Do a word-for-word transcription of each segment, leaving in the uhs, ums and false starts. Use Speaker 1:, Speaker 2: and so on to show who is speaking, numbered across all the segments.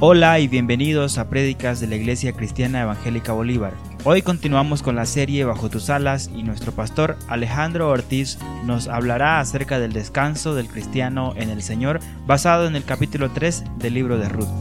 Speaker 1: Hola y bienvenidos a Prédicas de la Iglesia Cristiana Evangélica Bolívar. Hoy continuamos con la serie Bajo tus alas y nuestro pastor Alejandro Ortiz nos hablará acerca del descanso del cristiano en el Señor, basado en el capítulo tres del libro de Ruth.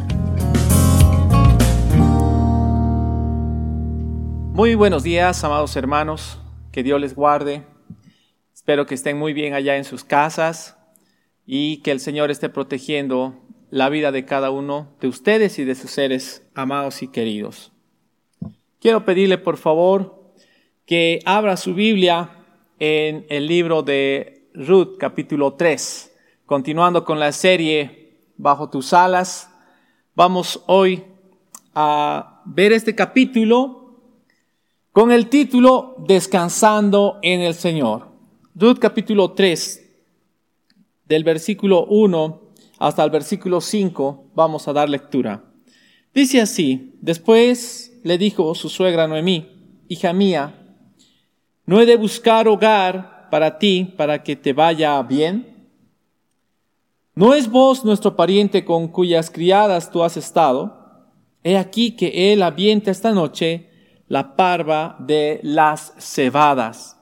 Speaker 2: Muy buenos días, amados hermanos, que Dios les guarde. Espero que estén muy bien allá en sus casas y que el Señor esté protegiendo la vida de cada uno de ustedes y de sus seres amados y queridos. Quiero pedirle por favor que abra su Biblia en el libro de Ruth, capítulo tres. Continuando con la serie Bajo tus alas, vamos hoy a ver este capítulo con el título Descansando en el Señor. Ruth, capítulo tres, del versículo uno hasta el versículo cinco, vamos a dar lectura. Dice así: Después le dijo su suegra Noemí: Hija mía, ¿no he de buscar hogar para ti para que te vaya bien? ¿No es vos nuestro pariente con cuyas criadas tú has estado? He aquí que él avienta esta noche la parva de las cebadas.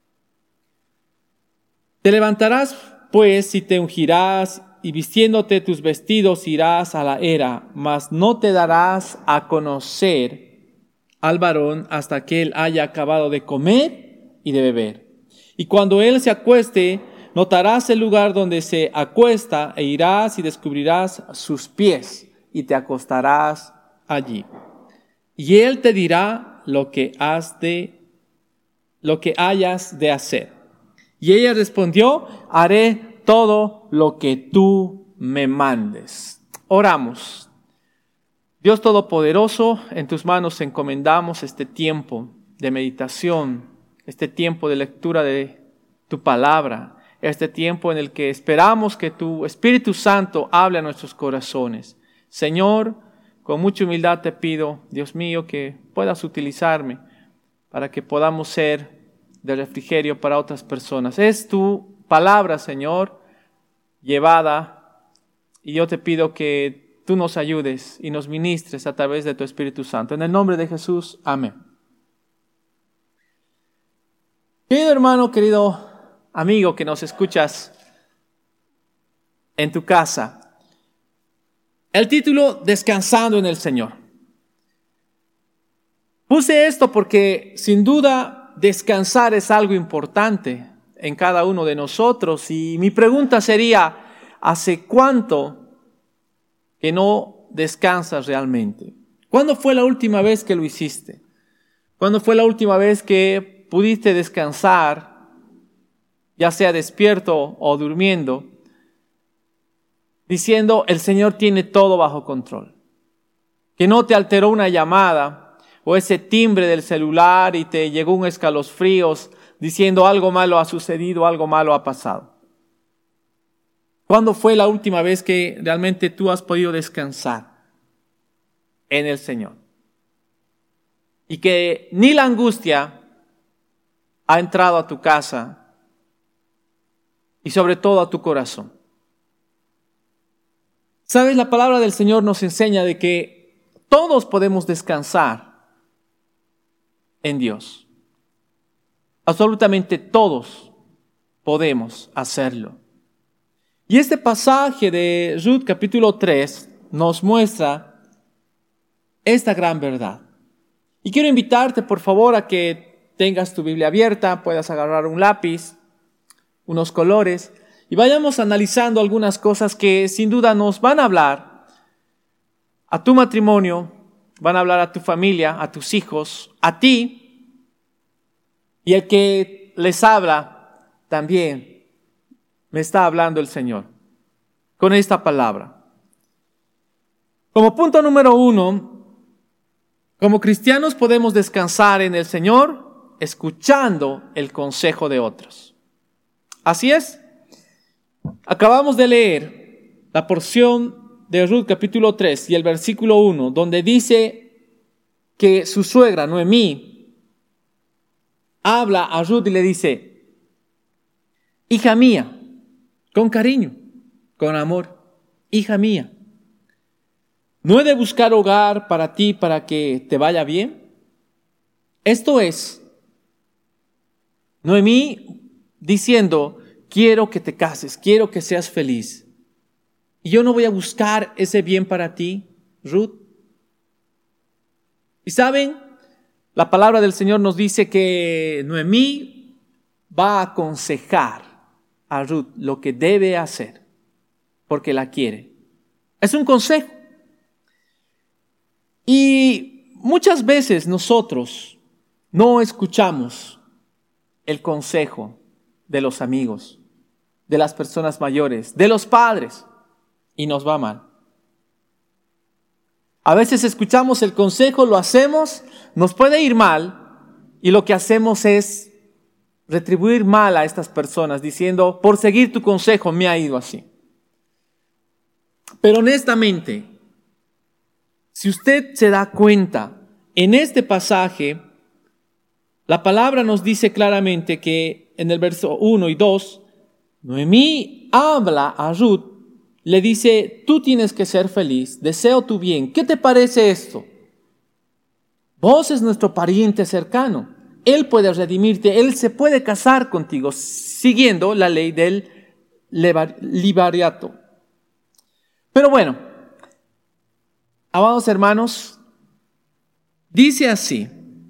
Speaker 2: Te levantarás pues y te ungirás, y vistiéndote tus vestidos irás a la era, mas no te darás a conocer al varón hasta que él haya acabado de comer y de beber. Y cuando él se acueste, notarás el lugar donde se acuesta, e irás y descubrirás sus pies, y te acostarás allí. Y él te dirá lo que has de, lo que hayas de hacer. Y ella respondió: haré todo lo que tú me mandes. Oramos. Dios Todopoderoso, en tus manos encomendamos este tiempo de meditación, este tiempo de lectura de tu palabra, este tiempo en el que esperamos que tu Espíritu Santo hable a nuestros corazones. Señor, con mucha humildad te pido, Dios mío, que puedas utilizarme para que podamos ser de refrigerio para otras personas. Es tu palabra, Señor, llevada, y yo te pido que tú nos ayudes y nos ministres a través de tu Espíritu Santo. En el nombre de Jesús, amén. Querido hermano, querido amigo que nos escuchas en tu casa, el título Descansando en el Señor. Puse esto porque sin duda descansar es algo importante en cada uno de nosotros, y mi pregunta sería: ¿hace cuánto que no descansas realmente? ¿Cuándo fue la última vez que lo hiciste? ¿Cuándo fue la última vez que pudiste descansar, ya sea despierto o durmiendo, diciendo: el Señor tiene todo bajo control? Que no te alteró una llamada o ese timbre del celular y te llegó un escalofríos diciendo algo malo ha sucedido, algo malo ha pasado. ¿Cuándo fue la última vez que realmente tú has podido descansar en el Señor? Y que ni la angustia ha entrado a tu casa y sobre todo a tu corazón. ¿Sabes? La palabra del Señor nos enseña de que todos podemos descansar en Dios. Absolutamente todos podemos hacerlo. Y este pasaje de Ruth capítulo tres nos muestra esta gran verdad. Y quiero invitarte por favor a que tengas tu Biblia abierta, puedas agarrar un lápiz, unos colores, y vayamos analizando algunas cosas que sin duda nos van a hablar a tu matrimonio, van a hablar a tu familia, a tus hijos, a ti. Y el que les habla también me está hablando el Señor con esta palabra. Como punto número uno, como cristianos podemos descansar en el Señor escuchando el consejo de otros. Así es. Acabamos de leer la porción de Ruth capítulo tres y el versículo uno, donde dice que su suegra Noemí habla a Ruth y le dice: hija mía, con cariño, con amor, hija mía, ¿No he de buscar hogar para ti para que te vaya bien? Esto es Noemí diciendo, quiero que te cases, quiero que seas feliz. Y yo no voy a buscar ese bien para ti, Ruth. Y saben, la palabra del Señor nos dice que Noemí va a aconsejar a Ruth lo que debe hacer, porque la quiere. Es un consejo. Y muchas veces nosotros no escuchamos el consejo de los amigos, de las personas mayores, de los padres, y nos va mal. A veces escuchamos el consejo, lo hacemos, nos puede ir mal, y lo que hacemos es retribuir mal a estas personas, diciendo, por seguir tu consejo me ha ido así. Pero honestamente, si usted se da cuenta, en este pasaje, la palabra nos dice claramente que en el verso uno y dos, Noemí habla a Ruth, le dice, tú tienes que ser feliz, deseo tu bien. ¿Qué te parece esto? Vos es nuestro pariente cercano. Él puede redimirte, Él se puede casar contigo, siguiendo la ley del libariato. Pero bueno, amados hermanos, dice así,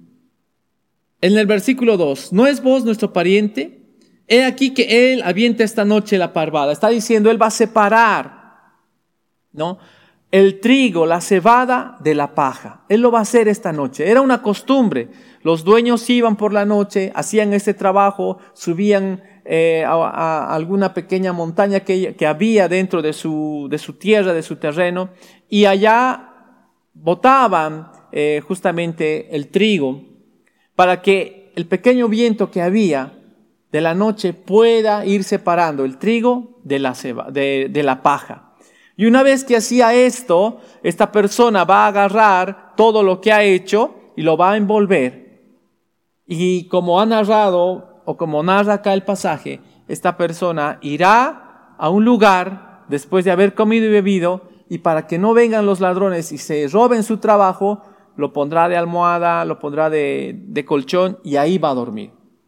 Speaker 2: en el versículo dos, ¿no es vos nuestro pariente? He aquí que Él avienta esta noche la parvada. Está diciendo, Él va a separar, ¿no?, el trigo, la cebada de la paja. Él lo va a hacer esta noche. Era una costumbre. Los dueños iban por la noche, hacían este trabajo, subían eh, a, a alguna pequeña montaña que, que había dentro de su, de su tierra, de su terreno, y allá botaban eh, justamente el trigo para que el pequeño viento que había de la noche pueda ir separando el trigo de la, ceba, de, de la paja. Y una vez que hacía esto, esta persona va a agarrar todo lo que ha hecho y lo va a envolver. Y como ha narrado, o como narra acá el pasaje, esta persona irá a un lugar después de haber comido y bebido, y para que no vengan los ladrones y se roben su trabajo, lo pondrá de almohada, lo pondrá de, de colchón, y ahí va a dormir.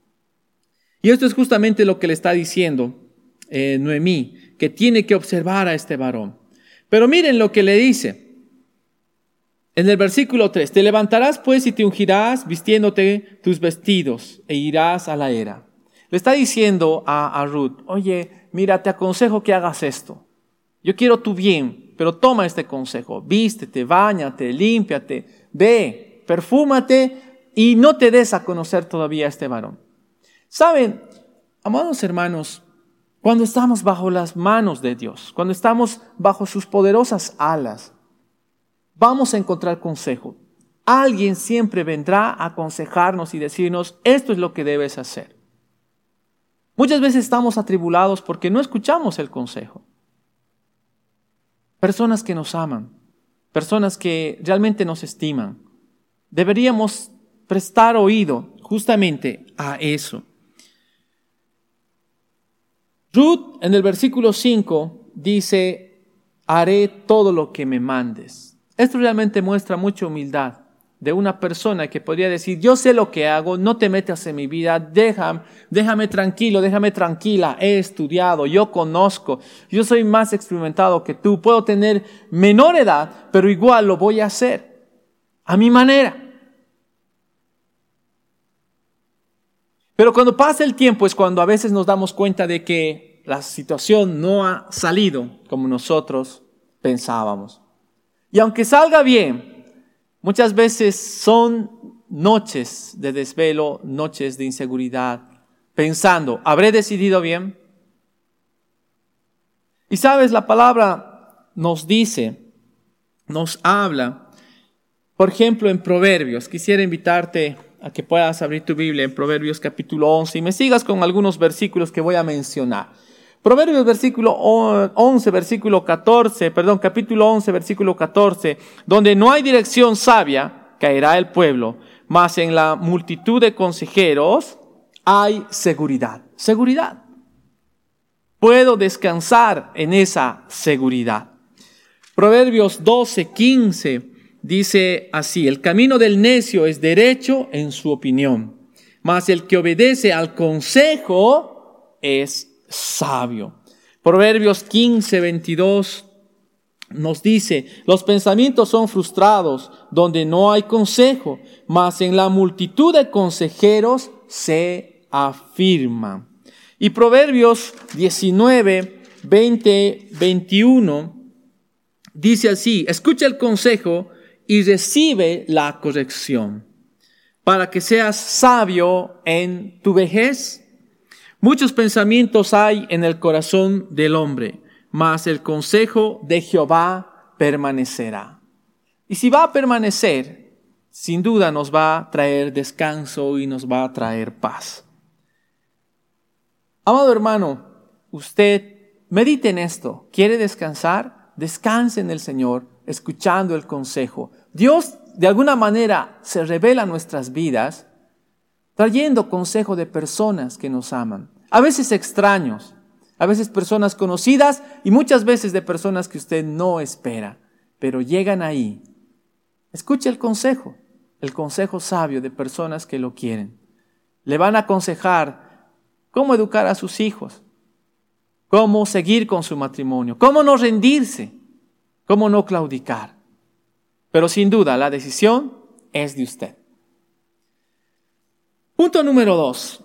Speaker 2: Y esto es justamente lo que le está diciendo eh, Noemí, que tiene que observar a este varón. Pero miren lo que le dice. En el versículo tres, te levantarás pues y te ungirás vistiéndote tus vestidos e irás a la era. Le está diciendo a, a Ruth, oye, mira, te aconsejo que hagas esto. Yo quiero tu bien, pero toma este consejo. Vístete, báñate, límpiate, ve, perfúmate y no te des a conocer todavía a este varón. ¿Saben, amados hermanos, cuando estamos bajo las manos de Dios, cuando estamos bajo sus poderosas alas, vamos a encontrar consejo. Alguien siempre vendrá a aconsejarnos y decirnos, esto es lo que debes hacer. Muchas veces estamos atribulados porque no escuchamos el consejo. Personas que nos aman, personas que realmente nos estiman, deberíamos prestar oído justamente a eso. Ruth en el versículo cinco dice, haré todo lo que me mandes. Esto realmente muestra mucha humildad de una persona que podría decir, yo sé lo que hago, no te metas en mi vida, déjame, déjame tranquilo, déjame tranquila, he estudiado, yo conozco, yo soy más experimentado que tú, puedo tener menor edad, pero igual lo voy a hacer, a mi manera. Pero cuando pasa el tiempo es cuando a veces nos damos cuenta de que la situación no ha salido como nosotros pensábamos. Y aunque salga bien, muchas veces son noches de desvelo, noches de inseguridad, pensando, ¿habré decidido bien? Y sabes, la palabra nos dice, nos habla, por ejemplo en Proverbios, quisiera invitarte a que puedas abrir tu Biblia en Proverbios capítulo once y me sigas con algunos versículos que voy a mencionar. Proverbios versículo once, versículo catorce, perdón, capítulo once, versículo catorce, donde no hay dirección sabia, caerá el pueblo, mas en la multitud de consejeros hay seguridad. Seguridad. Puedo descansar en esa seguridad. Proverbios doce, quince dice así: el camino del necio es derecho en su opinión, mas el que obedece al consejo es sabio. Proverbios quince, veintidós nos dice: los pensamientos son frustrados donde no hay consejo, mas en la multitud de consejeros se afirma. Y Proverbios diecinueve, veinte, veintiuno dice así: escucha el consejo y recibe la corrección, para que seas sabio en tu vejez. Muchos pensamientos hay en el corazón del hombre, mas el consejo de Jehová permanecerá. Y si va a permanecer, sin duda nos va a traer descanso y nos va a traer paz. Amado hermano, usted medite en esto. ¿Quiere descansar? Descanse en el Señor, escuchando el consejo. Dios de alguna manera se revela a nuestras vidas, trayendo consejo de personas que nos aman. A veces extraños, a veces personas conocidas y muchas veces de personas que usted no espera, pero llegan ahí. Escuche el consejo, el consejo sabio de personas que lo quieren. Le van a aconsejar cómo educar a sus hijos, cómo seguir con su matrimonio, cómo no rendirse, cómo no claudicar. Pero sin duda la decisión es de usted. Punto número dos.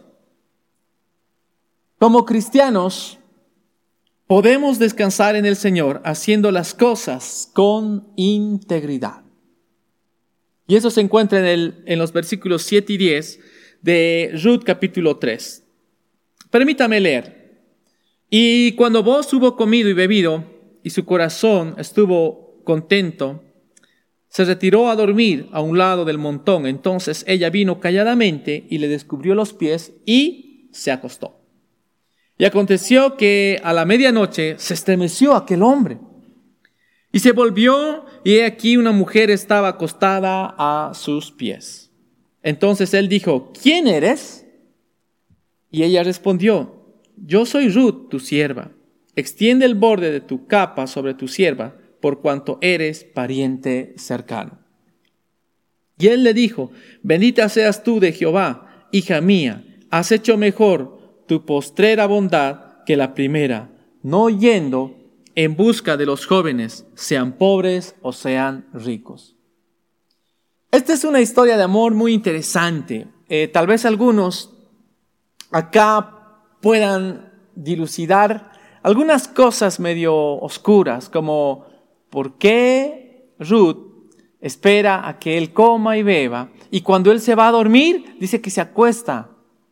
Speaker 2: Como cristianos, podemos descansar en el Señor haciendo las cosas con integridad. Y eso se encuentra en, el, en los versículos siete y diez de Ruth capítulo tres. Permítame leer. Y cuando Booz hubo comido y bebido, y su corazón estuvo contento, se retiró a dormir a un lado del montón. Entonces ella vino calladamente y le descubrió los pies y se acostó. Y aconteció que a la medianoche se estremeció aquel hombre. Y se volvió, y he aquí una mujer estaba acostada a sus pies. Entonces él dijo: ¿quién eres? Y ella respondió: yo soy Ruth, tu sierva. Extiende el borde de tu capa sobre tu sierva, por cuanto eres pariente cercano. Y él le dijo: bendita seas tú de Jehová, hija mía, has hecho mejor tu postrera bondad que la primera, no yendo en busca de los jóvenes, sean pobres o sean ricos. Esta es una historia de amor muy interesante. Eh, tal vez algunos acá puedan dilucidar algunas cosas medio oscuras, como ¿por qué Ruth espera a que él coma y beba? Y cuando él se va a dormir, dice que se acuesta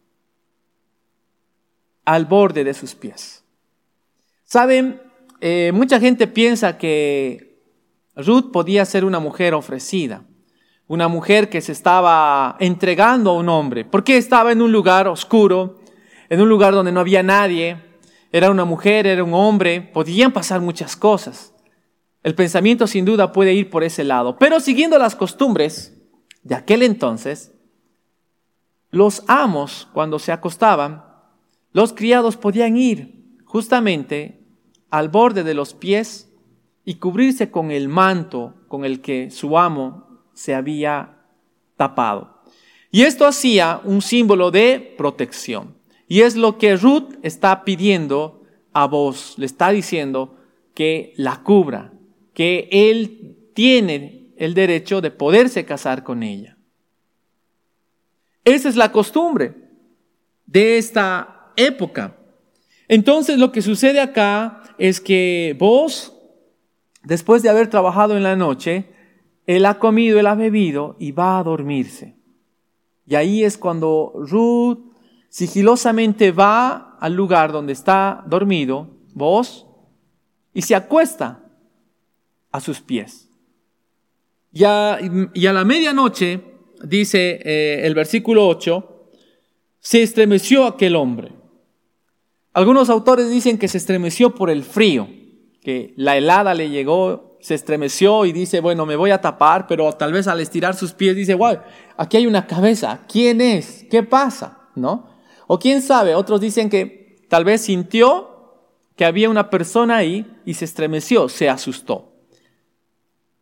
Speaker 2: al borde de sus pies. ¿Saben? Eh, mucha gente piensa que Ruth podía ser una mujer ofrecida, una mujer que se estaba entregando a un hombre, porque estaba en un lugar oscuro, en un lugar donde no había nadie. Era una mujer, era un hombre, podían pasar muchas cosas. El pensamiento sin duda puede ir por ese lado. Pero siguiendo las costumbres de aquel entonces, los amos, cuando se acostaban, los criados podían ir justamente al borde de los pies y cubrirse con el manto con el que su amo se había tapado. Y esto hacía un símbolo de protección. Y es lo que Ruth está pidiendo a Booz. Le está diciendo que la cubra, que él tiene el derecho de poderse casar con ella. Esa es la costumbre de esta época. Entonces lo que sucede acá es que Booz, después de haber trabajado en la noche, él ha comido, él ha bebido y va a dormirse. Y ahí es cuando Ruth sigilosamente va al lugar donde está dormido Booz y se acuesta a sus pies. Y a, y a la medianoche, dice eh, el versículo ocho, se estremeció aquel hombre. Algunos autores dicen que se estremeció por el frío, que la helada le llegó, se estremeció y dice, bueno, me voy a tapar, pero tal vez al estirar sus pies dice, wow, aquí hay una cabeza, ¿quién es? ¿Qué pasa? ¿No? O quién sabe, otros dicen que tal vez sintió que había una persona ahí y se estremeció, se asustó.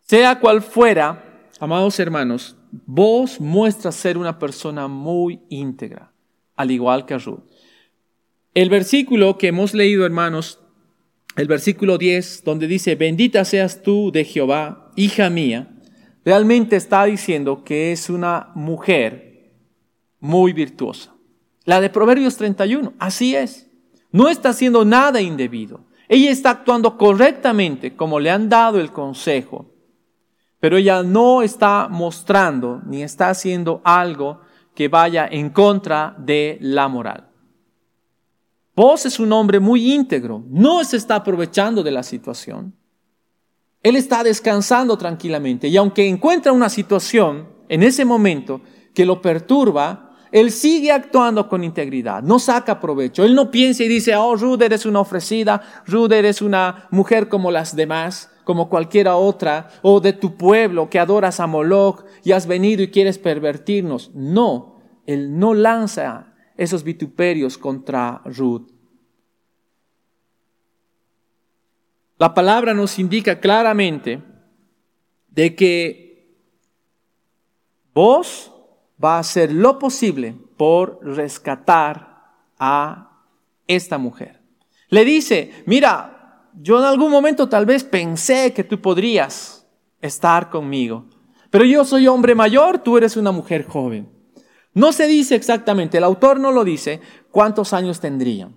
Speaker 2: Sea cual fuera, amados hermanos, vos muestras ser una persona muy íntegra, al igual que Ruth. El versículo que hemos leído, hermanos, el versículo diez, donde dice, bendita seas tú de Jehová, hija mía, realmente está diciendo que es una mujer muy virtuosa. La de Proverbios treinta y uno, así es. No está haciendo nada indebido. Ella está actuando correctamente como le han dado el consejo. Pero ella no está mostrando ni está haciendo algo que vaya en contra de la moral. Vos es un hombre muy íntegro. No se está aprovechando de la situación. Él está descansando tranquilamente. Y aunque encuentra una situación en ese momento que lo perturba, él sigue actuando con integridad, no saca provecho. Él no piensa y dice, oh, Ruth, eres una ofrecida, Ruth, eres una mujer como las demás, como cualquiera otra, o de tu pueblo que adoras a Moloch y has venido y quieres pervertirnos. No, él no lanza esos vituperios contra Ruth. La palabra nos indica claramente de que vos va a hacer lo posible por rescatar a esta mujer. Le dice, mira, yo en algún momento tal vez pensé que tú podrías estar conmigo, pero yo soy hombre mayor, tú eres una mujer joven. No se dice exactamente, el autor no lo dice, cuántos años tendrían.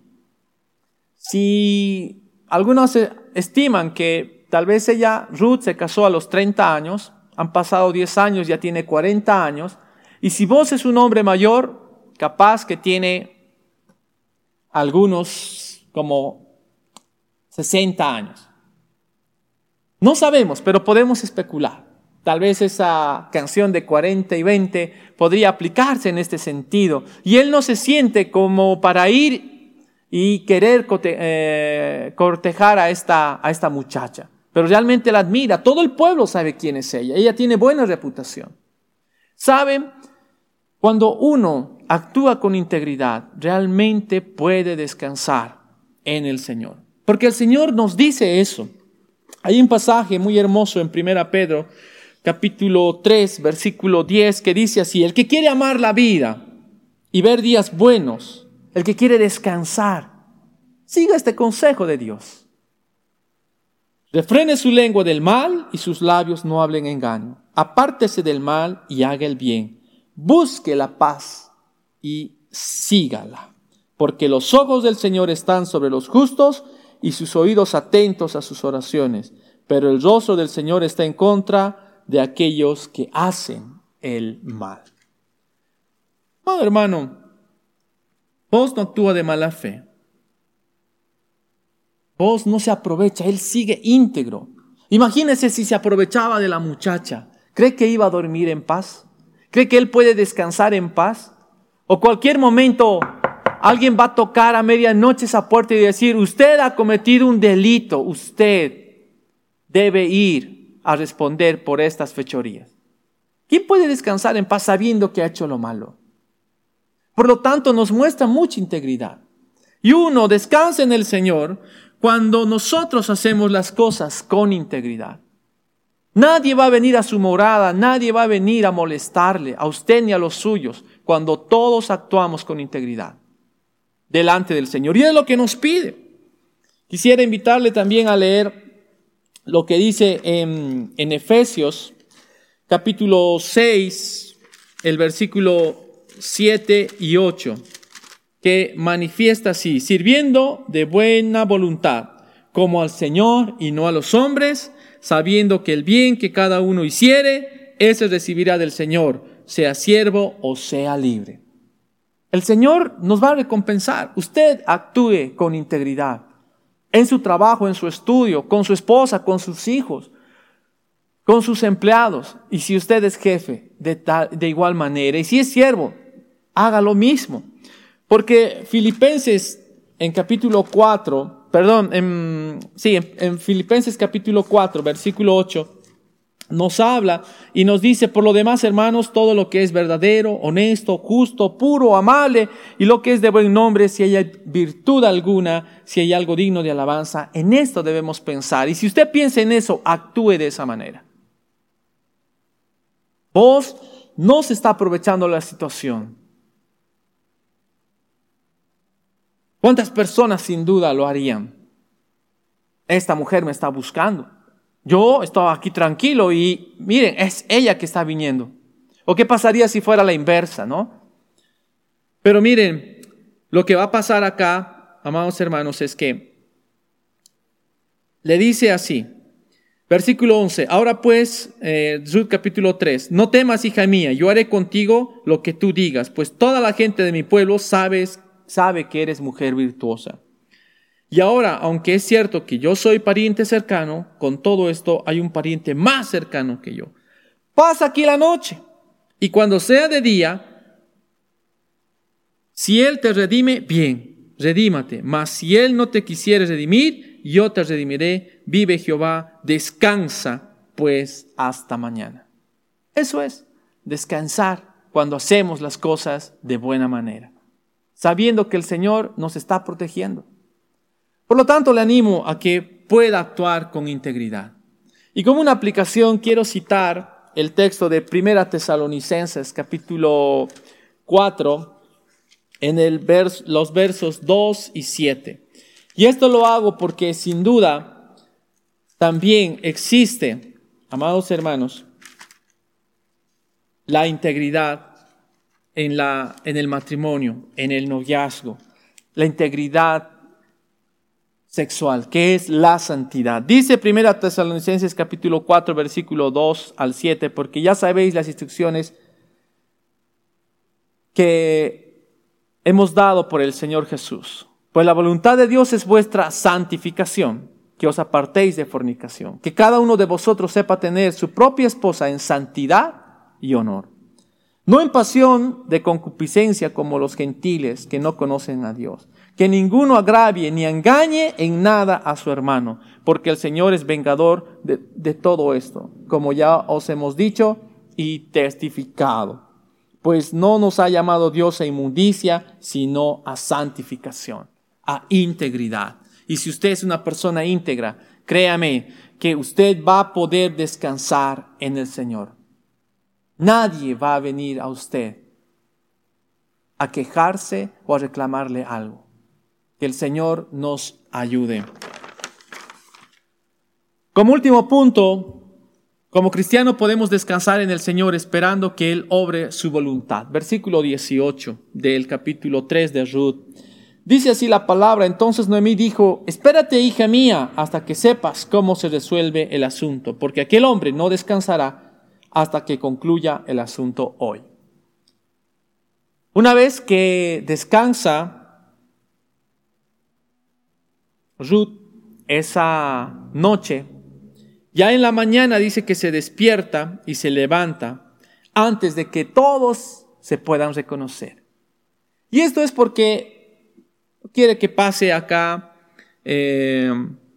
Speaker 2: Si algunos estiman que tal vez ella, Ruth, se casó a los treinta años, han pasado diez años, ya tiene cuarenta años, y si vos es un hombre mayor, capaz que tiene algunos como sesenta años. No sabemos, pero podemos especular. Tal vez esa canción de cuarenta y veinte podría aplicarse en este sentido. Y él no se siente como para ir y querer corte, eh, cortejar a esta, a esta muchacha. Pero realmente la admira. Todo el pueblo sabe quién es ella. Ella tiene buena reputación. ¿Saben? Cuando uno actúa con integridad, realmente puede descansar en el Señor. Porque el Señor nos dice eso. Hay un pasaje muy hermoso en primera Pedro, capítulo tres, versículo diez, que dice así, el que quiere amar la vida y ver días buenos, el que quiere descansar, siga este consejo de Dios. Refrene su lengua del mal y sus labios no hablen engaño. Apártese del mal y haga el bien. Busque la paz y sígala, porque los ojos del Señor están sobre los justos y sus oídos atentos a sus oraciones, pero el rostro del Señor está en contra de aquellos que hacen el mal. Oh, hermano, vos no actúa de mala fe. Vos no se aprovecha, él sigue íntegro. Imagínese si se aprovechaba de la muchacha. ¿Cree que iba a dormir en paz? ¿Cree que él puede descansar en paz? O cualquier momento alguien va a tocar a medianoche esa puerta y decir, usted ha cometido un delito, usted debe ir a responder por estas fechorías. ¿Quién puede descansar en paz sabiendo que ha hecho lo malo? Por lo tanto, nos muestra mucha integridad. Y uno descansa en el Señor cuando nosotros hacemos las cosas con integridad. Nadie va a venir a su morada, nadie va a venir a molestarle, a usted ni a los suyos, cuando todos actuamos con integridad delante del Señor. Y es lo que nos pide. Quisiera invitarle también a leer lo que dice en, en Efesios, capítulo seis, el versículo siete y ocho, que manifiesta así, sirviendo de buena voluntad, como al Señor y no a los hombres, sabiendo que el bien que cada uno hiciere, ese recibirá del Señor, sea siervo o sea libre. El Señor nos va a recompensar. Usted actúe con integridad en su trabajo, en su estudio, con su esposa, con sus hijos, con sus empleados. Y si usted es jefe, de, tal, de igual manera. Y si es siervo, haga lo mismo. Porque Filipenses en capítulo cuatro, perdón, en, sí, en, en Filipenses capítulo cuatro, versículo ocho, nos habla y nos dice, por lo demás, hermanos, todo lo que es verdadero, honesto, justo, puro, amable, y lo que es de buen nombre, si hay virtud alguna, si hay algo digno de alabanza, en esto debemos pensar. Y si usted piensa en eso, actúe de esa manera. Vos no se está aprovechando la situación. ¿Cuántas personas sin duda lo harían? Esta mujer me está buscando. Yo estaba aquí tranquilo y miren, es ella que está viniendo. ¿O qué pasaría si fuera la inversa, no? Pero miren, lo que va a pasar acá, amados hermanos, es que le dice así, versículo once, ahora pues, eh, Ruth capítulo tres, no temas, hija mía, yo haré contigo lo que tú digas, pues toda la gente de mi pueblo sabes, sabe que eres mujer virtuosa. Y ahora, aunque es cierto que yo soy pariente cercano, con todo esto hay un pariente más cercano que yo. Pasa aquí la noche, y cuando sea de día, si él te redime, bien, redímate, mas si él no te quisiere redimir, yo te redimiré, vive Jehová, descansa pues hasta mañana. Eso es, descansar cuando hacemos las cosas de buena manera, sabiendo que el Señor nos está protegiendo. Por lo tanto, le animo a que pueda actuar con integridad. Y como una aplicación quiero citar el texto de Primera Tesalonicenses capítulo cuatro en el vers, los versos dos y siete. Y esto lo hago porque sin duda también existe, amados hermanos, la integridad en, la, en el matrimonio, en el noviazgo, la integridad sexual, que es la santidad. Dice Primera Tesalonicenses capítulo cuatro, versículo dos al siete, porque ya sabéis las instrucciones que hemos dado por el Señor Jesús. Pues la voluntad de Dios es vuestra santificación, que os apartéis de fornicación, que cada uno de vosotros sepa tener su propia esposa en santidad y honor, no en pasión de concupiscencia como los gentiles que no conocen a Dios. Que ninguno agravie ni engañe en nada a su hermano, porque el Señor es vengador de, de todo esto, como ya os hemos dicho y testificado. Pues no nos ha llamado Dios a inmundicia, sino a santificación, a integridad. Y si usted es una persona íntegra, créame que usted va a poder descansar en el Señor. Nadie va a venir a usted a quejarse o a reclamarle algo. Que el Señor nos ayude. Como último punto, como cristiano podemos descansar en el Señor esperando que Él obre su voluntad. Versículo dieciocho del capítulo tres de Ruth. Dice así la palabra, entonces Noemí dijo, espérate, hija mía, hasta que sepas cómo se resuelve el asunto, porque aquel hombre no descansará hasta que concluya el asunto hoy. Una vez que descansa Ruth esa noche, ya en la mañana dice que se despierta y se levanta antes de que todos se puedan reconocer. Y esto es porque quiere que pase acá eh,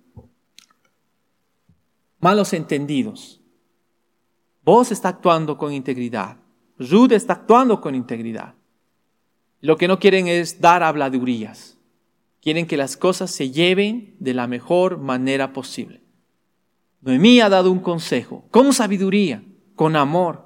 Speaker 2: malos entendidos. Vos está actuando con integridad. Ruth está actuando con integridad. Lo que no quieren es dar habladurías. Quieren que las cosas se lleven de la mejor manera posible. Noemí ha dado un consejo, con sabiduría, con amor.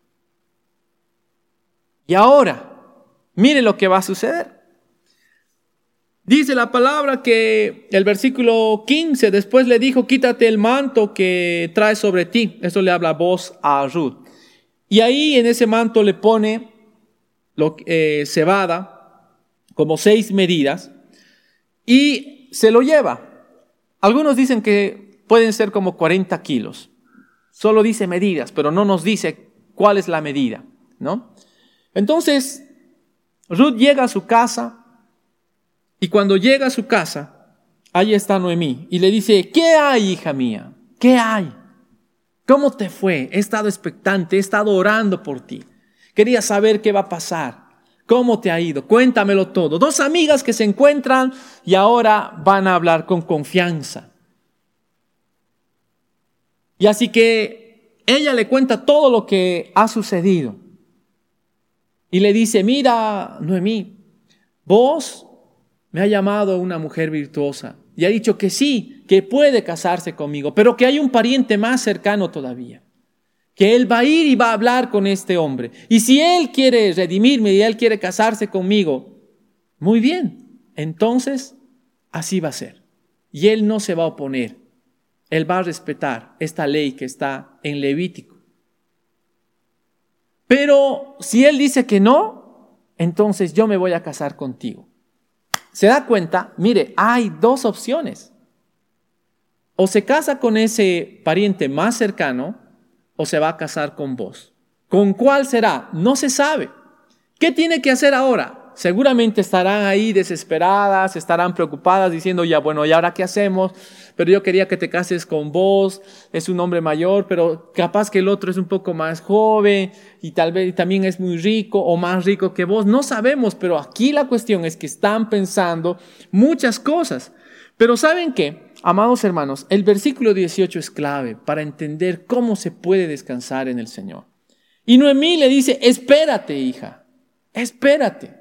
Speaker 2: Y ahora, mire lo que va a suceder. Dice la palabra que el versículo quince, después le dijo, quítate el manto que traes sobre ti. Eso le habla a voz a Ruth. Y ahí en ese manto le pone lo, eh, cebada, como seis medidas, y se lo lleva. Algunos dicen que pueden ser como cuarenta kilos. Solo dice medidas, pero no nos dice cuál es la medida, ¿no? Entonces, Ruth llega a su casa y cuando llega a su casa, ahí está Noemí y le dice, ¿qué hay, hija mía? ¿Qué hay? ¿Cómo te fue? He estado expectante, he estado orando por ti. Quería saber qué va a pasar. ¿Cómo te ha ido? Cuéntamelo todo. Dos amigas que se encuentran y ahora van a hablar con confianza. Y así que ella le cuenta todo lo que ha sucedido. Y le dice, mira, Noemí, vos me ha llamado una mujer virtuosa. Y ha dicho que sí, que puede casarse conmigo, pero que hay un pariente más cercano todavía. que Él va a ir y va a hablar con este hombre. Y si Él quiere redimirme y Él quiere casarse conmigo, muy bien, entonces así va a ser. Y Él no se va a oponer. Él va a respetar esta ley que está en Levítico. Pero si Él dice que no, entonces yo me voy a casar contigo. ¿Se da cuenta? Mire, hay dos opciones. O se casa con ese pariente más cercano, o se va a casar con vos. ¿Con cuál será? No se sabe. ¿Qué tiene que hacer ahora? Seguramente estarán ahí desesperadas, estarán preocupadas diciendo, ya bueno, ¿y ahora qué hacemos? Pero yo quería que te cases con vos, es un hombre mayor, pero capaz que el otro es un poco más joven y tal vez también es muy rico o más rico que vos. No sabemos, pero aquí la cuestión es que están pensando muchas cosas. Pero ¿saben qué? Amados hermanos, el versículo dieciocho es clave para entender cómo se puede descansar en el Señor. Y Noemí le dice, espérate, hija, espérate.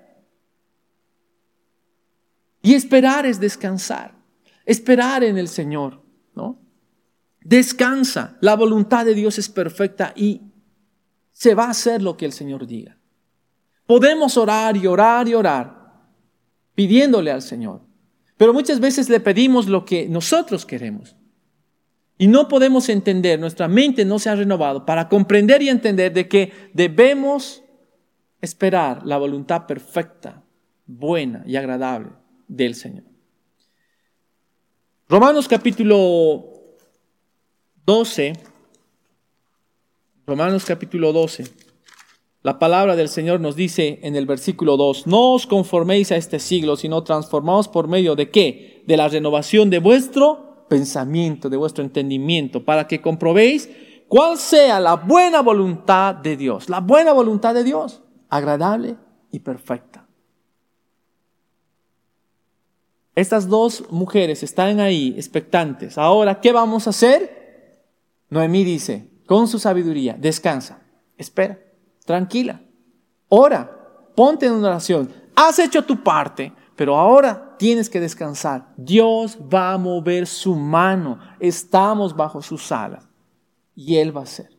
Speaker 2: Y esperar es descansar, esperar en el Señor, ¿no? Descansa, la voluntad de Dios es perfecta y se va a hacer lo que el Señor diga. Podemos orar y orar y orar, pidiéndole al Señor, pero muchas veces le pedimos lo que nosotros queremos. Y no podemos entender, nuestra mente no se ha renovado para comprender y entender de que debemos esperar la voluntad perfecta, buena y agradable del Señor. Romanos capítulo doce, Romanos capítulo doce, la palabra del Señor nos dice en el versículo dos, no os conforméis a este siglo, sino transformaos por medio de ¿qué? De la renovación de vuestro pensamiento, de vuestro entendimiento, para que comprobéis cuál sea la buena voluntad de Dios, la buena voluntad de Dios, agradable y perfecta. Estas dos mujeres están ahí expectantes. Ahora, ¿qué vamos a hacer? Noemí dice, con su sabiduría, descansa, espera, tranquila, ora, ponte en una oración, has hecho tu parte, pero ahora tienes que descansar. Dios va a mover su mano, estamos bajo sus alas y Él va a hacer.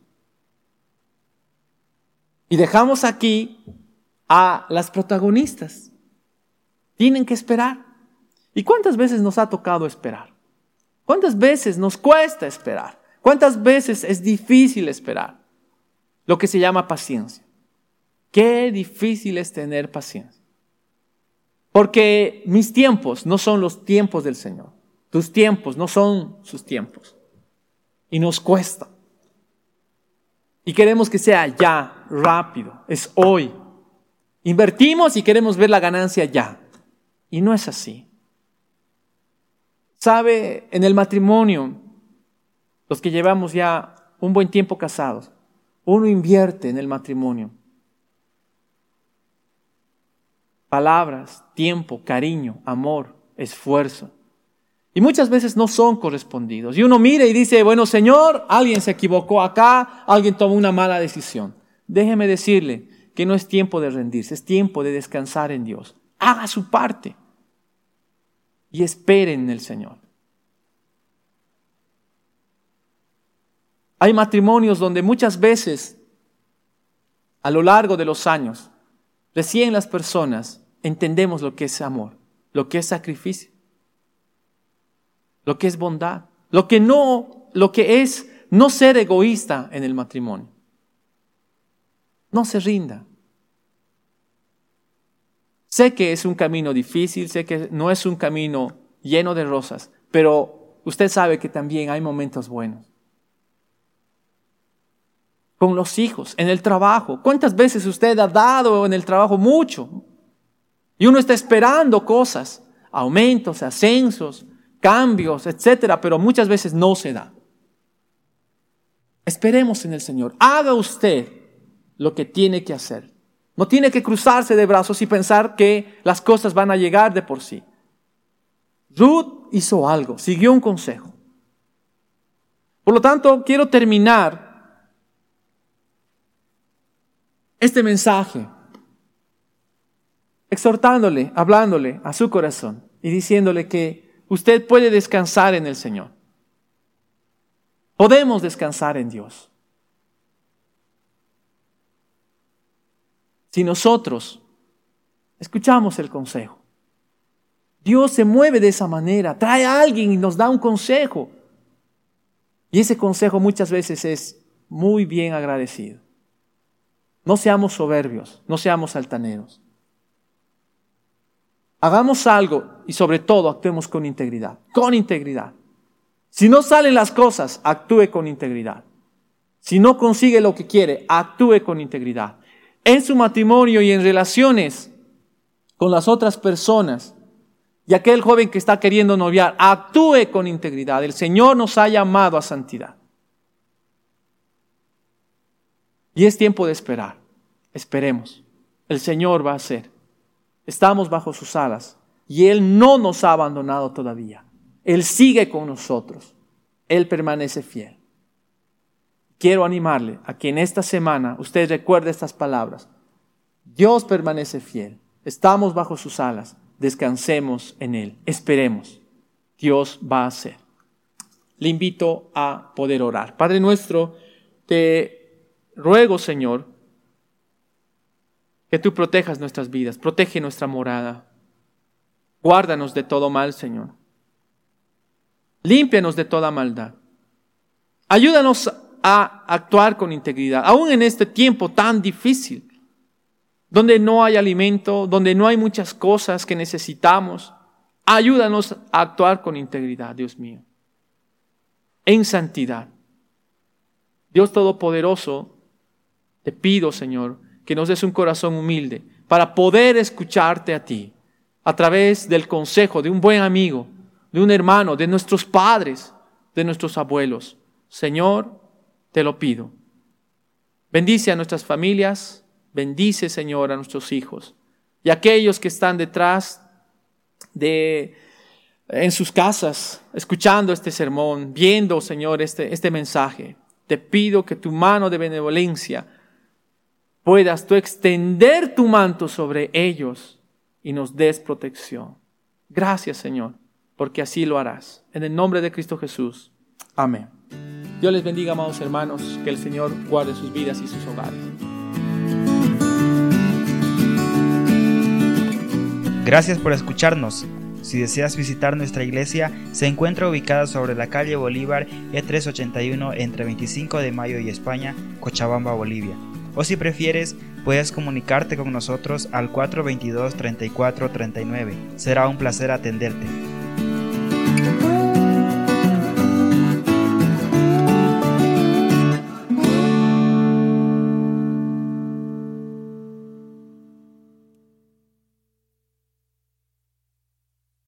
Speaker 2: Y dejamos aquí a las protagonistas. Tienen que esperar. ¿Y cuántas veces nos ha tocado esperar? ¿Cuántas veces nos cuesta esperar? ¿Cuántas veces es difícil esperar? Lo que se llama paciencia. Qué difícil es tener paciencia. Porque mis tiempos no son los tiempos del Señor. Tus tiempos no son sus tiempos. Y nos cuesta. Y queremos que sea ya, rápido, es hoy. Invertimos y queremos ver la ganancia ya. Y no es así. Sabe, en el matrimonio, los que llevamos ya un buen tiempo casados, uno invierte en el matrimonio. Palabras, tiempo, cariño, amor, esfuerzo. Y muchas veces no son correspondidos. Y uno mira y dice, bueno, Señor, alguien se equivocó acá, alguien tomó una mala decisión. Déjeme decirle que no es tiempo de rendirse, es tiempo de descansar en Dios. Haga su parte. Y esperen en el Señor. Hay matrimonios donde muchas veces, a lo largo de los años, recién las personas entendemos lo que es amor, lo que es sacrificio, lo que es bondad, lo que no, lo que es no ser egoísta en el matrimonio. No se rinda. Sé que es un camino difícil, sé que no es un camino lleno de rosas, pero usted sabe que también hay momentos buenos. Con los hijos, en el trabajo. ¿Cuántas veces usted ha dado en el trabajo? Mucho. Y uno está esperando cosas, aumentos, ascensos, cambios, etcétera, pero muchas veces no se da. Esperemos en el Señor. Haga usted lo que tiene que hacer. No tiene que cruzarse de brazos y pensar que las cosas van a llegar de por sí. Ruth hizo algo, siguió un consejo. Por lo tanto, quiero terminar este mensaje exhortándole, hablándole a su corazón y diciéndole que usted puede descansar en el Señor. Podemos descansar en Dios. si nosotros escuchamos el consejo. Dios se mueve de esa manera, trae a alguien y nos da un consejo. Y ese consejo muchas veces es muy bien agradecido. No seamos soberbios, no seamos altaneros. Hagamos algo y sobre todo actuemos con integridad, con integridad. Si no salen las cosas, actúe con integridad. Si no consigue lo que quiere, actúe con integridad. En su matrimonio y en relaciones con las otras personas, y aquel joven que está queriendo noviar, actúe con integridad. El Señor nos ha llamado a santidad. Y es tiempo de esperar. Esperemos. El Señor va a hacer. Estamos bajo sus alas y Él no nos ha abandonado todavía. Él sigue con nosotros. Él permanece fiel. Quiero animarle a que en esta semana usted recuerde estas palabras. Dios permanece fiel. Estamos bajo sus alas. Descansemos en Él. Esperemos. Dios va a hacer. Le invito a poder orar. Padre nuestro, te ruego, Señor, que tú protejas nuestras vidas, protege nuestra morada. Guárdanos de todo mal, Señor. Límpianos de toda maldad. Ayúdanos a actuar con integridad, aún en este tiempo tan difícil, donde no hay alimento, donde no hay muchas cosas que necesitamos. Ayúdanos a actuar con integridad, Dios mío, en santidad. Dios Todopoderoso, te pido, Señor, que nos des un corazón humilde para poder escucharte a ti a través del consejo de un buen amigo, de un hermano, de nuestros padres, de nuestros abuelos. Señor, te lo pido. Bendice a nuestras familias, bendice, Señor, a nuestros hijos y a aquellos que están detrás de, en sus casas, escuchando este sermón, viendo, Señor, este, este mensaje. Te pido que tu mano de benevolencia puedas tú extender tu manto sobre ellos y nos des protección. Gracias, Señor, porque así lo harás. En el nombre de Cristo Jesús. Amén. Dios les bendiga, amados hermanos, que el Señor guarde sus vidas y sus hogares.
Speaker 1: Gracias por escucharnos. Si deseas visitar nuestra iglesia, se encuentra ubicada sobre la calle Bolívar E trescientos ochenta y uno entre veinticinco de mayo y España, Cochabamba, Bolivia. O si prefieres, puedes comunicarte con nosotros al cuatro dos dos, treinta y cuatro treinta y nueve. Será un placer atenderte.